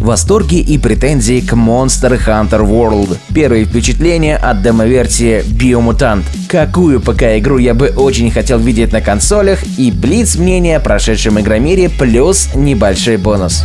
Восторги и претензии к Monster Hunter World. Первые впечатления от демо-версии Biomutant. Какую ПК-игру я бы очень хотел видеть на консолях, и блиц мнения о прошедшем Игромире плюс небольшой бонус.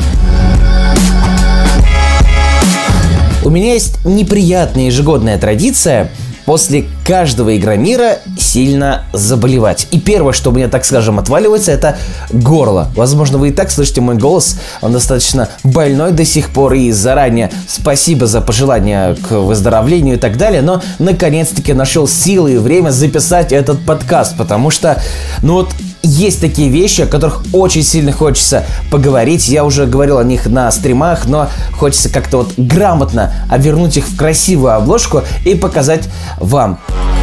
У меня есть неприятная ежегодная традиция после каждого Игромира сильно заболевать. И первое, что у меня, так скажем, отваливается, это горло. Возможно, вы и так слышите мой голос, он достаточно больной до сих пор, и заранее спасибо за пожелания к выздоровлению и так далее, но наконец-таки нашел силы и время записать этот подкаст, потому что, есть такие вещи, о которых очень сильно хочется поговорить. Я уже говорил о них на стримах, но хочется как-то грамотно обернуть их в красивую обложку и показать вам.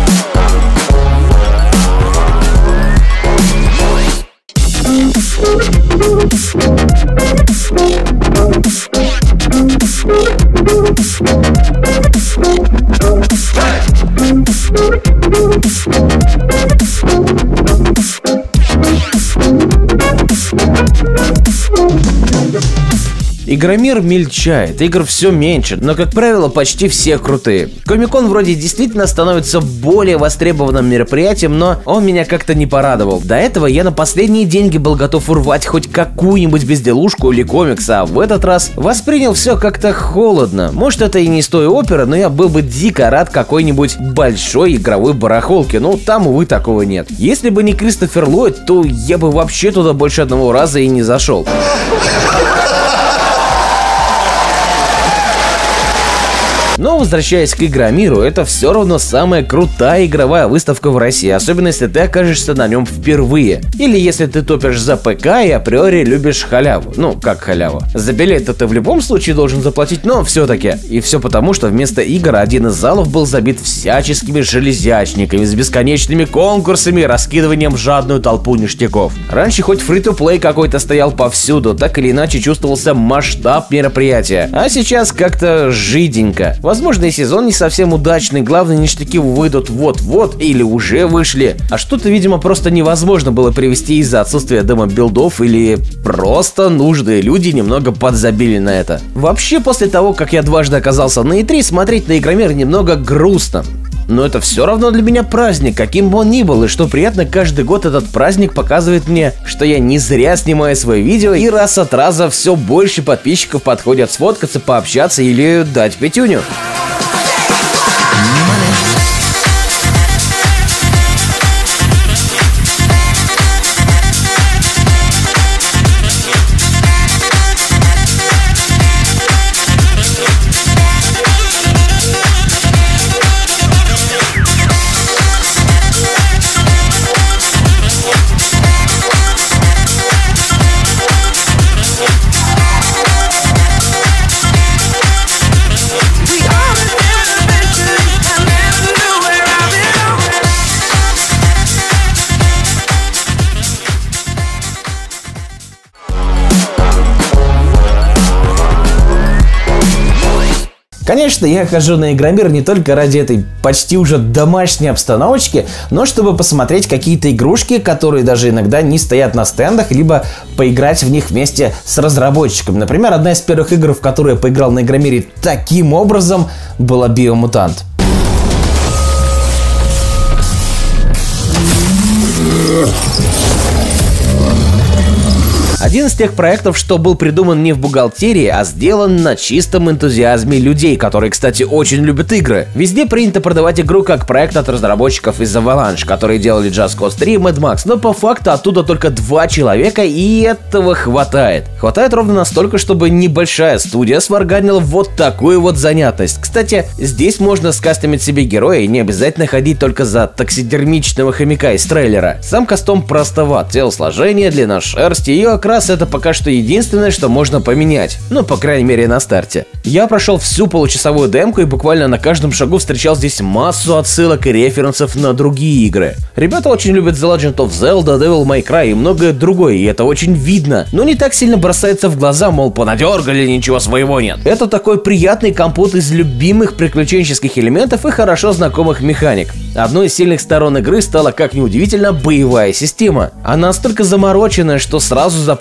Игромир мельчает, игр все меньше, но, как правило, почти все крутые. Комик-кон вроде действительно становится более востребованным мероприятием, но он меня как-то не порадовал. До этого я на последние деньги был готов урвать хоть какую-нибудь безделушку или комикс, а в этот раз воспринял все как-то холодно. Может, это и не с той оперы, но я был бы дико рад какой-нибудь большой игровой барахолке, но там, увы, такого нет. Если бы не Кристофер Ллойд, то я бы вообще туда больше одного раза и не зашел. Но, возвращаясь к Игромиру, это все равно самая крутая игровая выставка в России, особенно если ты окажешься на нем впервые. Или если ты топишь за ПК и априори любишь халяву. Как халяву. За билет ты в любом случае должен заплатить, но все-таки. И все потому, что вместо игр один из залов был забит всяческими железячниками, с бесконечными конкурсами и раскидыванием в жадную толпу ништяков. Раньше хоть фри-то-плей какой-то стоял повсюду, так или иначе чувствовался масштаб мероприятия. А сейчас как-то жиденько. Возможно, и сезон не совсем удачный, главные ништяки выйдут вот-вот или уже вышли. А что-то, видимо, просто невозможно было привести из-за отсутствия демо-билдов или просто нужные люди немного подзабили на это. Вообще, после того, как я дважды оказался на E3, смотреть на Игромир немного грустно. Но это все равно для меня праздник, каким бы он ни был, и что приятно, каждый год этот праздник показывает мне, что я не зря снимаю свои видео, и раз от раза все больше подписчиков подходят сфоткаться, пообщаться или дать пятюню. Конечно, я хожу на Игромир не только ради этой почти уже домашней обстановочки, но чтобы посмотреть какие-то игрушки, которые даже иногда не стоят на стендах, либо поиграть в них вместе с разработчиками. Например, одна из первых игр, в которую я поиграл на Игромире таким образом, была Biomutant. Один из тех проектов, что был придуман не в бухгалтерии, а сделан на чистом энтузиазме людей, которые, кстати, очень любят игры. Везде принято продавать игру как проект от разработчиков из Avalanche, которые делали Just Cause 3 и Mad Max, но по факту оттуда только 2 человека, и этого хватает. Хватает ровно настолько, чтобы небольшая студия сварганила вот такую вот занятность. Кстати, здесь можно скастомить себе героя и не обязательно ходить только за таксидермичного хомяка из трейлера. Сам кастом простоват, телосложение, длина шерсти и окрас — это пока что единственное, что можно поменять. По крайней мере, на старте. Я прошел всю получасовую демку и буквально на каждом шагу встречал здесь массу отсылок и референсов на другие игры. Ребята очень любят The Legend of Zelda, Devil May Cry и многое другое, и это очень видно. Но не так сильно бросается в глаза, мол, понадергали, ничего своего нет. Это такой приятный компот из любимых приключенческих элементов и хорошо знакомых механик. Одной из сильных сторон игры стала, как ни удивительно, боевая система. Она настолько замороченная, что сразу запомнила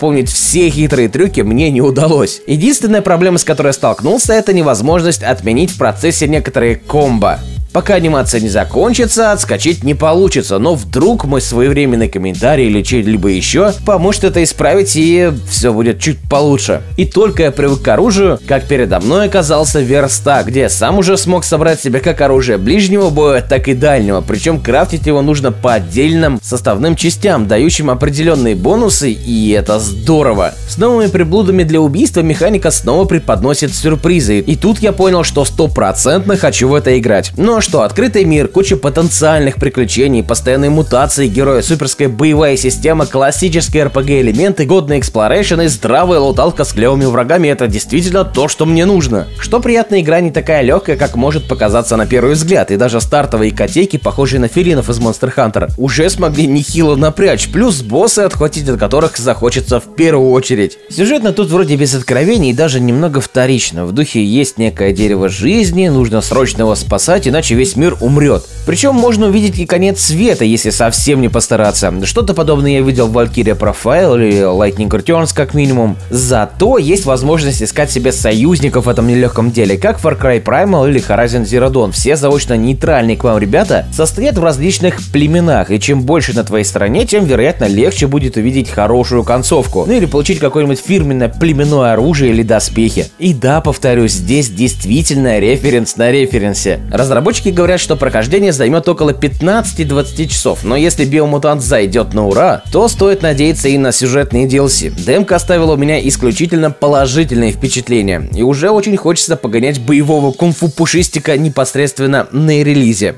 запомнить все хитрые трюки мне не удалось. Единственная проблема, с которой я столкнулся, это невозможность отменить в процессе некоторые комбо. Пока анимация не закончится, отскочить не получится, но вдруг мой своевременный комментарий или что-либо еще поможет это исправить, и все будет чуть получше. И только я привык к оружию, как передо мной оказался верстак, где я сам уже смог собрать себе как оружие ближнего боя, так и дальнего, причем крафтить его нужно по отдельным составным частям, дающим определенные бонусы, и это здорово. С новыми приблудами для убийства механика снова преподносит сюрпризы, и тут я понял, что 100% хочу в это играть. Но что, открытый мир, куча потенциальных приключений, постоянные мутации героя, суперская боевая система, классические RPG элементы, годный эксплорейшн и здравая луталка с клевыми врагами — это действительно то, что мне нужно. Что приятная игра не такая легкая, как может показаться на первый взгляд, и даже стартовые котейки, похожие на филинов из Monster Hunter, уже смогли нехило напрячь, плюс боссы, отхватить от которых захочется в первую очередь. Сюжетно тут вроде без откровений и даже немного вторично. В духе есть некое дерево жизни, нужно срочно его спасать, иначе весь мир умрет. Причем можно увидеть и конец света, если совсем не постараться. Что-то подобное я видел в Valkyria Profile или Lightning Returns как минимум. Зато есть возможность искать себе союзников в этом нелегком деле, как Far Cry Primal или Horizon Zero Dawn. Все заочно нейтральные к вам ребята состоят в различных племенах, и чем больше на твоей стороне, тем, вероятно, легче будет увидеть хорошую концовку. Ну или получить какое-нибудь фирменное племенное оружие или доспехи. И да, повторюсь, здесь действительно референс на референсе. Разработчики говорят, что прохождение займет около 15-20 часов, но если Биомутант зайдет на ура, то стоит надеяться и на сюжетные DLC. Демка оставила у меня исключительно положительные впечатления, и уже очень хочется погонять боевого кунг-фу пушистика непосредственно на релизе.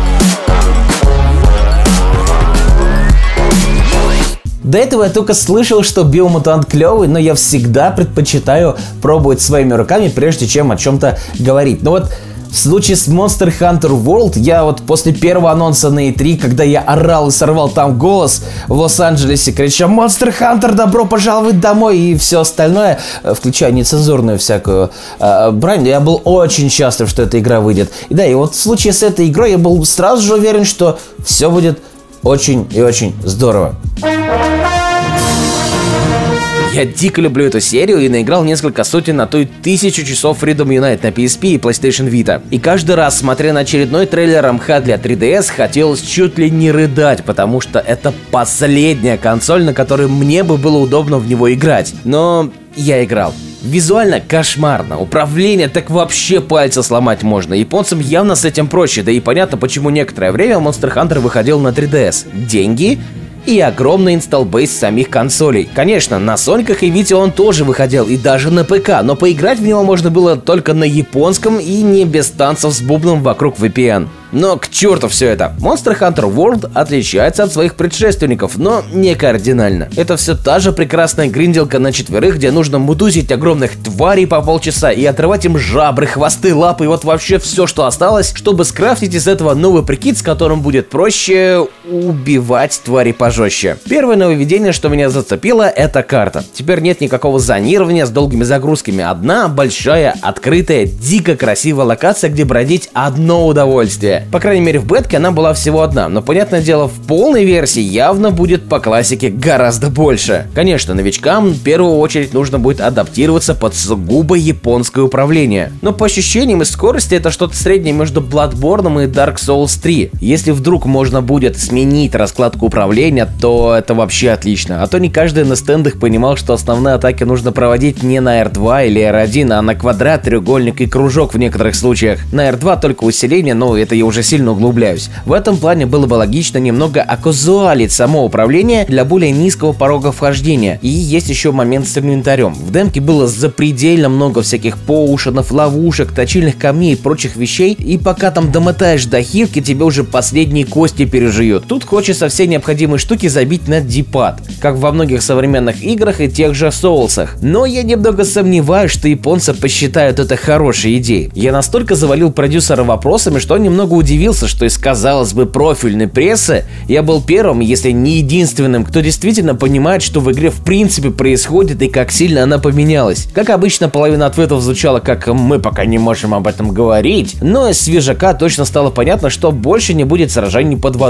До этого я только слышал, что Биомутант клевый, но я всегда предпочитаю пробовать своими руками, прежде чем о чем-то говорить. Но вот в случае с Monster Hunter World я вот после первого анонса на E3, когда я орал и сорвал там голос в Лос-Анджелесе, крича «Monster Hunter, добро пожаловать домой!» и все остальное, включая нецензурную всякую брань, я был очень счастлив, что эта игра выйдет. И да, и вот в случае с этой игрой я был сразу же уверен, что все будет очень и очень здорово. Я дико люблю эту серию и наиграл несколько сотен, а то и 1000 часов Freedom Unite на PSP и PlayStation Vita. И каждый раз, смотря на очередной трейлер МХ для 3DS, хотелось чуть ли не рыдать, потому что это последняя консоль, на которой мне бы было удобно в него играть. Но я играл. Визуально кошмарно, управление так вообще пальцы сломать можно, японцам явно с этим проще, да и понятно, почему некоторое время Monster Hunter выходил на 3DS. Деньги и огромный инсталл-бейс самих консолей. Конечно, на Соньках и Вите он тоже выходил, и даже на ПК, но поиграть в него можно было только на японском и не без танцев с бубном вокруг VPN. Но к черту все это. Monster Hunter World отличается от своих предшественников, но не кардинально. Это все та же прекрасная гринделка на 4, где нужно мутузить огромных тварей по полчаса и отрывать им жабры, хвосты, лапы и вот вообще все, что осталось, чтобы скрафтить из этого новый прикид, с которым будет проще убивать твари пожестче. Первое нововведение, что меня зацепило, это карта. Теперь нет никакого зонирования с долгими загрузками. Одна большая, открытая, дико красивая локация, где бродить одно удовольствие. По крайней мере, в бетке она была всего одна, но, понятное дело, в полной версии явно будет по классике гораздо больше. Конечно, новичкам в первую очередь нужно будет адаптироваться под сугубо японское управление. Но по ощущениям и скорости это что-то среднее между Bloodborne и Dark Souls 3. Если вдруг можно будет сменить раскладку управления, то это вообще отлично. А то не каждый на стендах понимал, что основные атаки нужно проводить не на R2 или R1, а на квадрат, треугольник и кружок в некоторых случаях. На R2 только усиление, но это я уже сильно углубляюсь. В этом плане было бы логично немного оказуалить само управление для более низкого порога вхождения. И есть еще момент с инвентарем. В демке было запредельно много всяких поушенов, ловушек, точильных камней и прочих вещей, и пока там домотаешь до хилки, тебе уже последние кости пережуют. Тут хочется все необходимые штуки забить на дипад, как во многих современных играх и тех же соулсах. Но я немного сомневаюсь, что японцы посчитают это хорошей идеей. Я настолько завалил продюсера вопросами, что немного удивился, что из, казалось бы, профильной прессы я был первым, если не единственным, кто действительно понимает, что в игре в принципе происходит и как сильно она поменялась. Как обычно, половина ответов звучала как «мы пока не можем об этом говорить», но из свежака точно стало понятно, что больше не будет сражений под водой, например.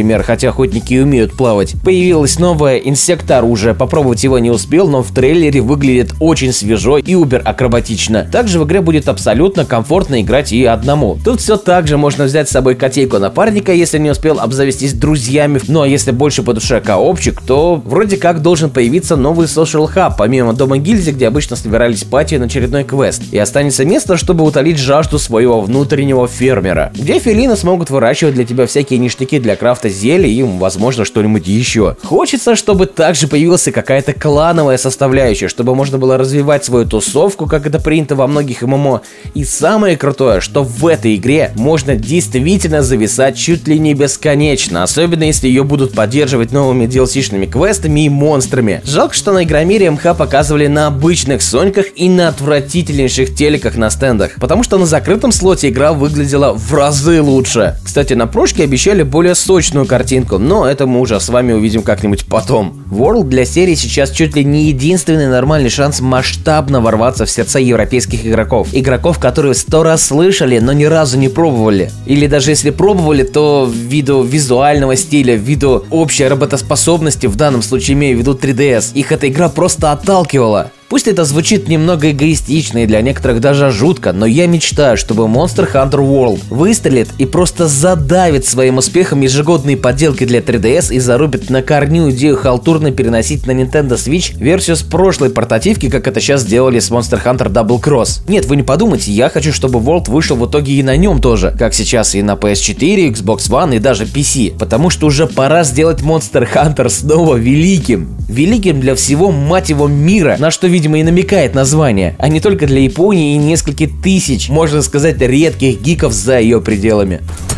например, хотя охотники и умеют плавать. Появилось новое инсекта оружие, попробовать его не успел, но в трейлере выглядит очень свежо и убер акробатично. Также в игре будет абсолютно комфортно играть и одному. Тут все так же можно взять с собой котейку-напарника, если не успел обзавестись друзьями. Ну а если больше по душе коопчик, то вроде как должен появиться новый social hub, помимо дома гильдии, где обычно собирались пати на очередной квест. И останется место, чтобы утолить жажду своего внутреннего фермера, где фелины смогут выращивать для тебя всякие ништяки для крафта зелий и, возможно, что-нибудь еще. Хочется, чтобы также появилась какая-то клановая составляющая, чтобы можно было развивать свою тусовку, как это принято во многих ММО. И самое крутое, что в этой игре можно действительно зависать чуть ли не бесконечно, особенно если ее будут поддерживать новыми DLC-шными квестами и монстрами. Жалко, что на Игромире МХ показывали на обычных соньках и на отвратительнейших телеках на стендах, потому что на закрытом слоте игра выглядела в разы лучше. Кстати, на прошке обещали более сочную картинку, но это мы уже с вами увидим как-нибудь потом. World для серии сейчас чуть ли не единственный нормальный шанс масштабно ворваться в сердца европейских игроков. Игроков, которые 100 раз слышали, но ни разу не пробовали. Или даже если пробовали, то ввиду визуального стиля, ввиду общей работоспособности, в данном случае имею в виду 3DS, их эта игра просто отталкивала. Пусть это звучит немного эгоистично и для некоторых даже жутко, но я мечтаю, чтобы Monster Hunter World выстрелит и просто задавит своим успехом ежегодные подделки для 3DS и зарубит на корню идею халтурно переносить на Nintendo Switch версию с прошлой портативки, как это сейчас сделали с Monster Hunter Double Cross. Нет, вы не подумайте, я хочу, чтобы World вышел в итоге и на нем тоже, как сейчас и на PS4, Xbox One и даже PC, потому что уже пора сделать Monster Hunter снова великим. Великим для всего, мать его, мира, на что видимо и намекает название, а не только для Японии и нескольких тысяч, можно сказать, редких гиков за ее пределами.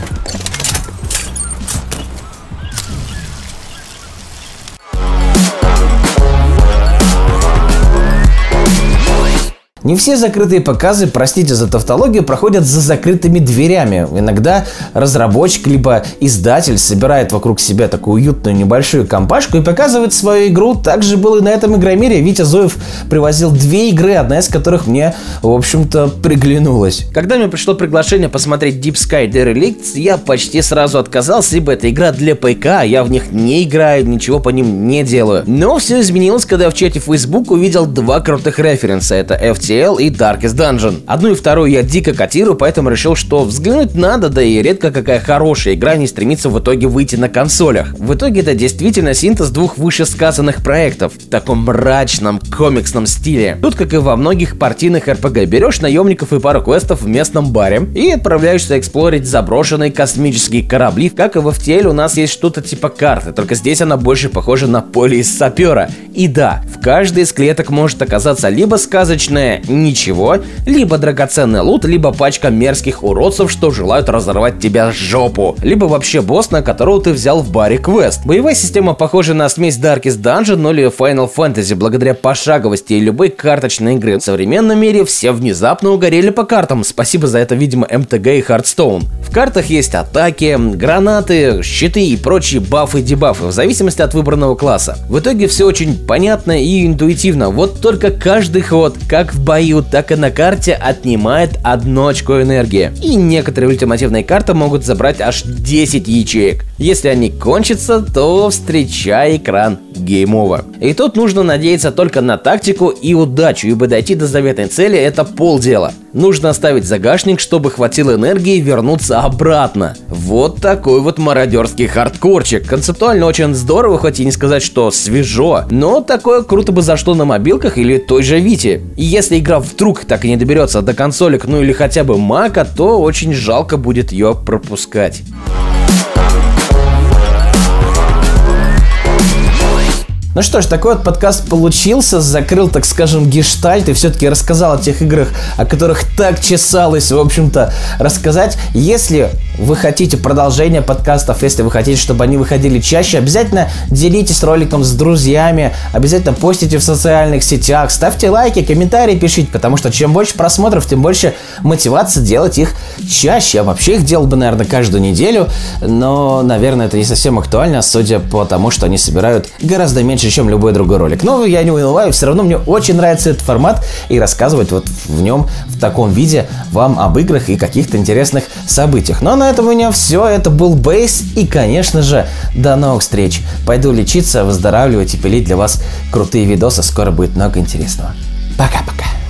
Не все закрытые показы, простите за тавтологию, проходят за закрытыми дверями. Иногда разработчик либо издатель собирает вокруг себя такую уютную небольшую компашку и показывает свою игру. Так же было и на этом Игромире. Витя Зуев привозил 2 игры, одна из которых мне, в общем-то, приглянулась. Когда мне пришло приглашение посмотреть Deep Sky Derelicts, я почти сразу отказался, ибо эта игра для ПК, я в них не играю, ничего по ним не делаю. Но все изменилось, когда я в чате Facebook увидел 2 крутых референса. Это FTL и Darkest Dungeon. Одну и вторую я дико котирую, поэтому решил, что взглянуть надо, да и редко какая хорошая игра не стремится в итоге выйти на консолях. В итоге это действительно синтез 2 вышесказанных проектов в таком мрачном комиксном стиле. Тут, как и во многих партийных RPG, берешь наемников и пару квестов в местном баре и отправляешься эксплорить заброшенные космические корабли. Как и в FTL у нас есть что-то типа карты, только здесь она больше похожа на поле из сапера. И да, в каждой из клеток может оказаться либо сказочная ничего, либо драгоценный лут, либо пачка мерзких уродцев, что желают разорвать тебя жопу, либо вообще босс, на которого ты взял в баре квест. Боевая система похожа на смесь Darkest Dungeon или Final Fantasy благодаря пошаговости и любой карточной игры. В современном мире все внезапно угорели по картам, спасибо за это, видимо, MTG и Hearthstone. В картах есть атаки, гранаты, щиты и прочие бафы и дебафы в зависимости от выбранного класса. В итоге все очень понятно и интуитивно, вот только каждый ход, как в бою, так и на карте, отнимает 1 очко энергии. И некоторые ультимативные карты могут забрать аж 10 ячеек. Если они кончатся, то встречай экран Game Over. И тут нужно надеяться только на тактику и удачу, ибо дойти до заветной цели — это полдела. Нужно оставить загашник, чтобы хватило энергии вернуться обратно. Вот такой вот мародерский хардкорчик. Концептуально очень здорово, хоть и не сказать, что свежо, но такое круто бы зашло на мобилках или той же Вите. И если игра вдруг так и не доберется до консолек, ну или хотя бы Мака, то очень жалко будет ее пропускать. Ну что ж, такой вот подкаст получился, закрыл, так скажем, гештальт и все-таки рассказал о тех играх, о которых так чесалось, в общем-то, рассказать. Если вы хотите продолжения подкастов, если вы хотите, чтобы они выходили чаще, обязательно делитесь роликом с друзьями, обязательно постите в социальных сетях, ставьте лайки, комментарии пишите, потому что чем больше просмотров, тем больше мотивации делать их чаще. Я вообще их делал бы, наверное, каждую неделю, но, наверное, это не совсем актуально, судя по тому, что они собирают гораздо меньше больше, чем любой другой ролик. Но я не унываю, все равно мне очень нравится этот формат и рассказывать вот в нем в таком виде вам об играх и каких-то интересных событиях. Ну а на этом у меня все. Это был Бейс. И, конечно же, до новых встреч. Пойду лечиться, выздоравливать и пилить для вас крутые видосы. Скоро будет много интересного. Пока-пока.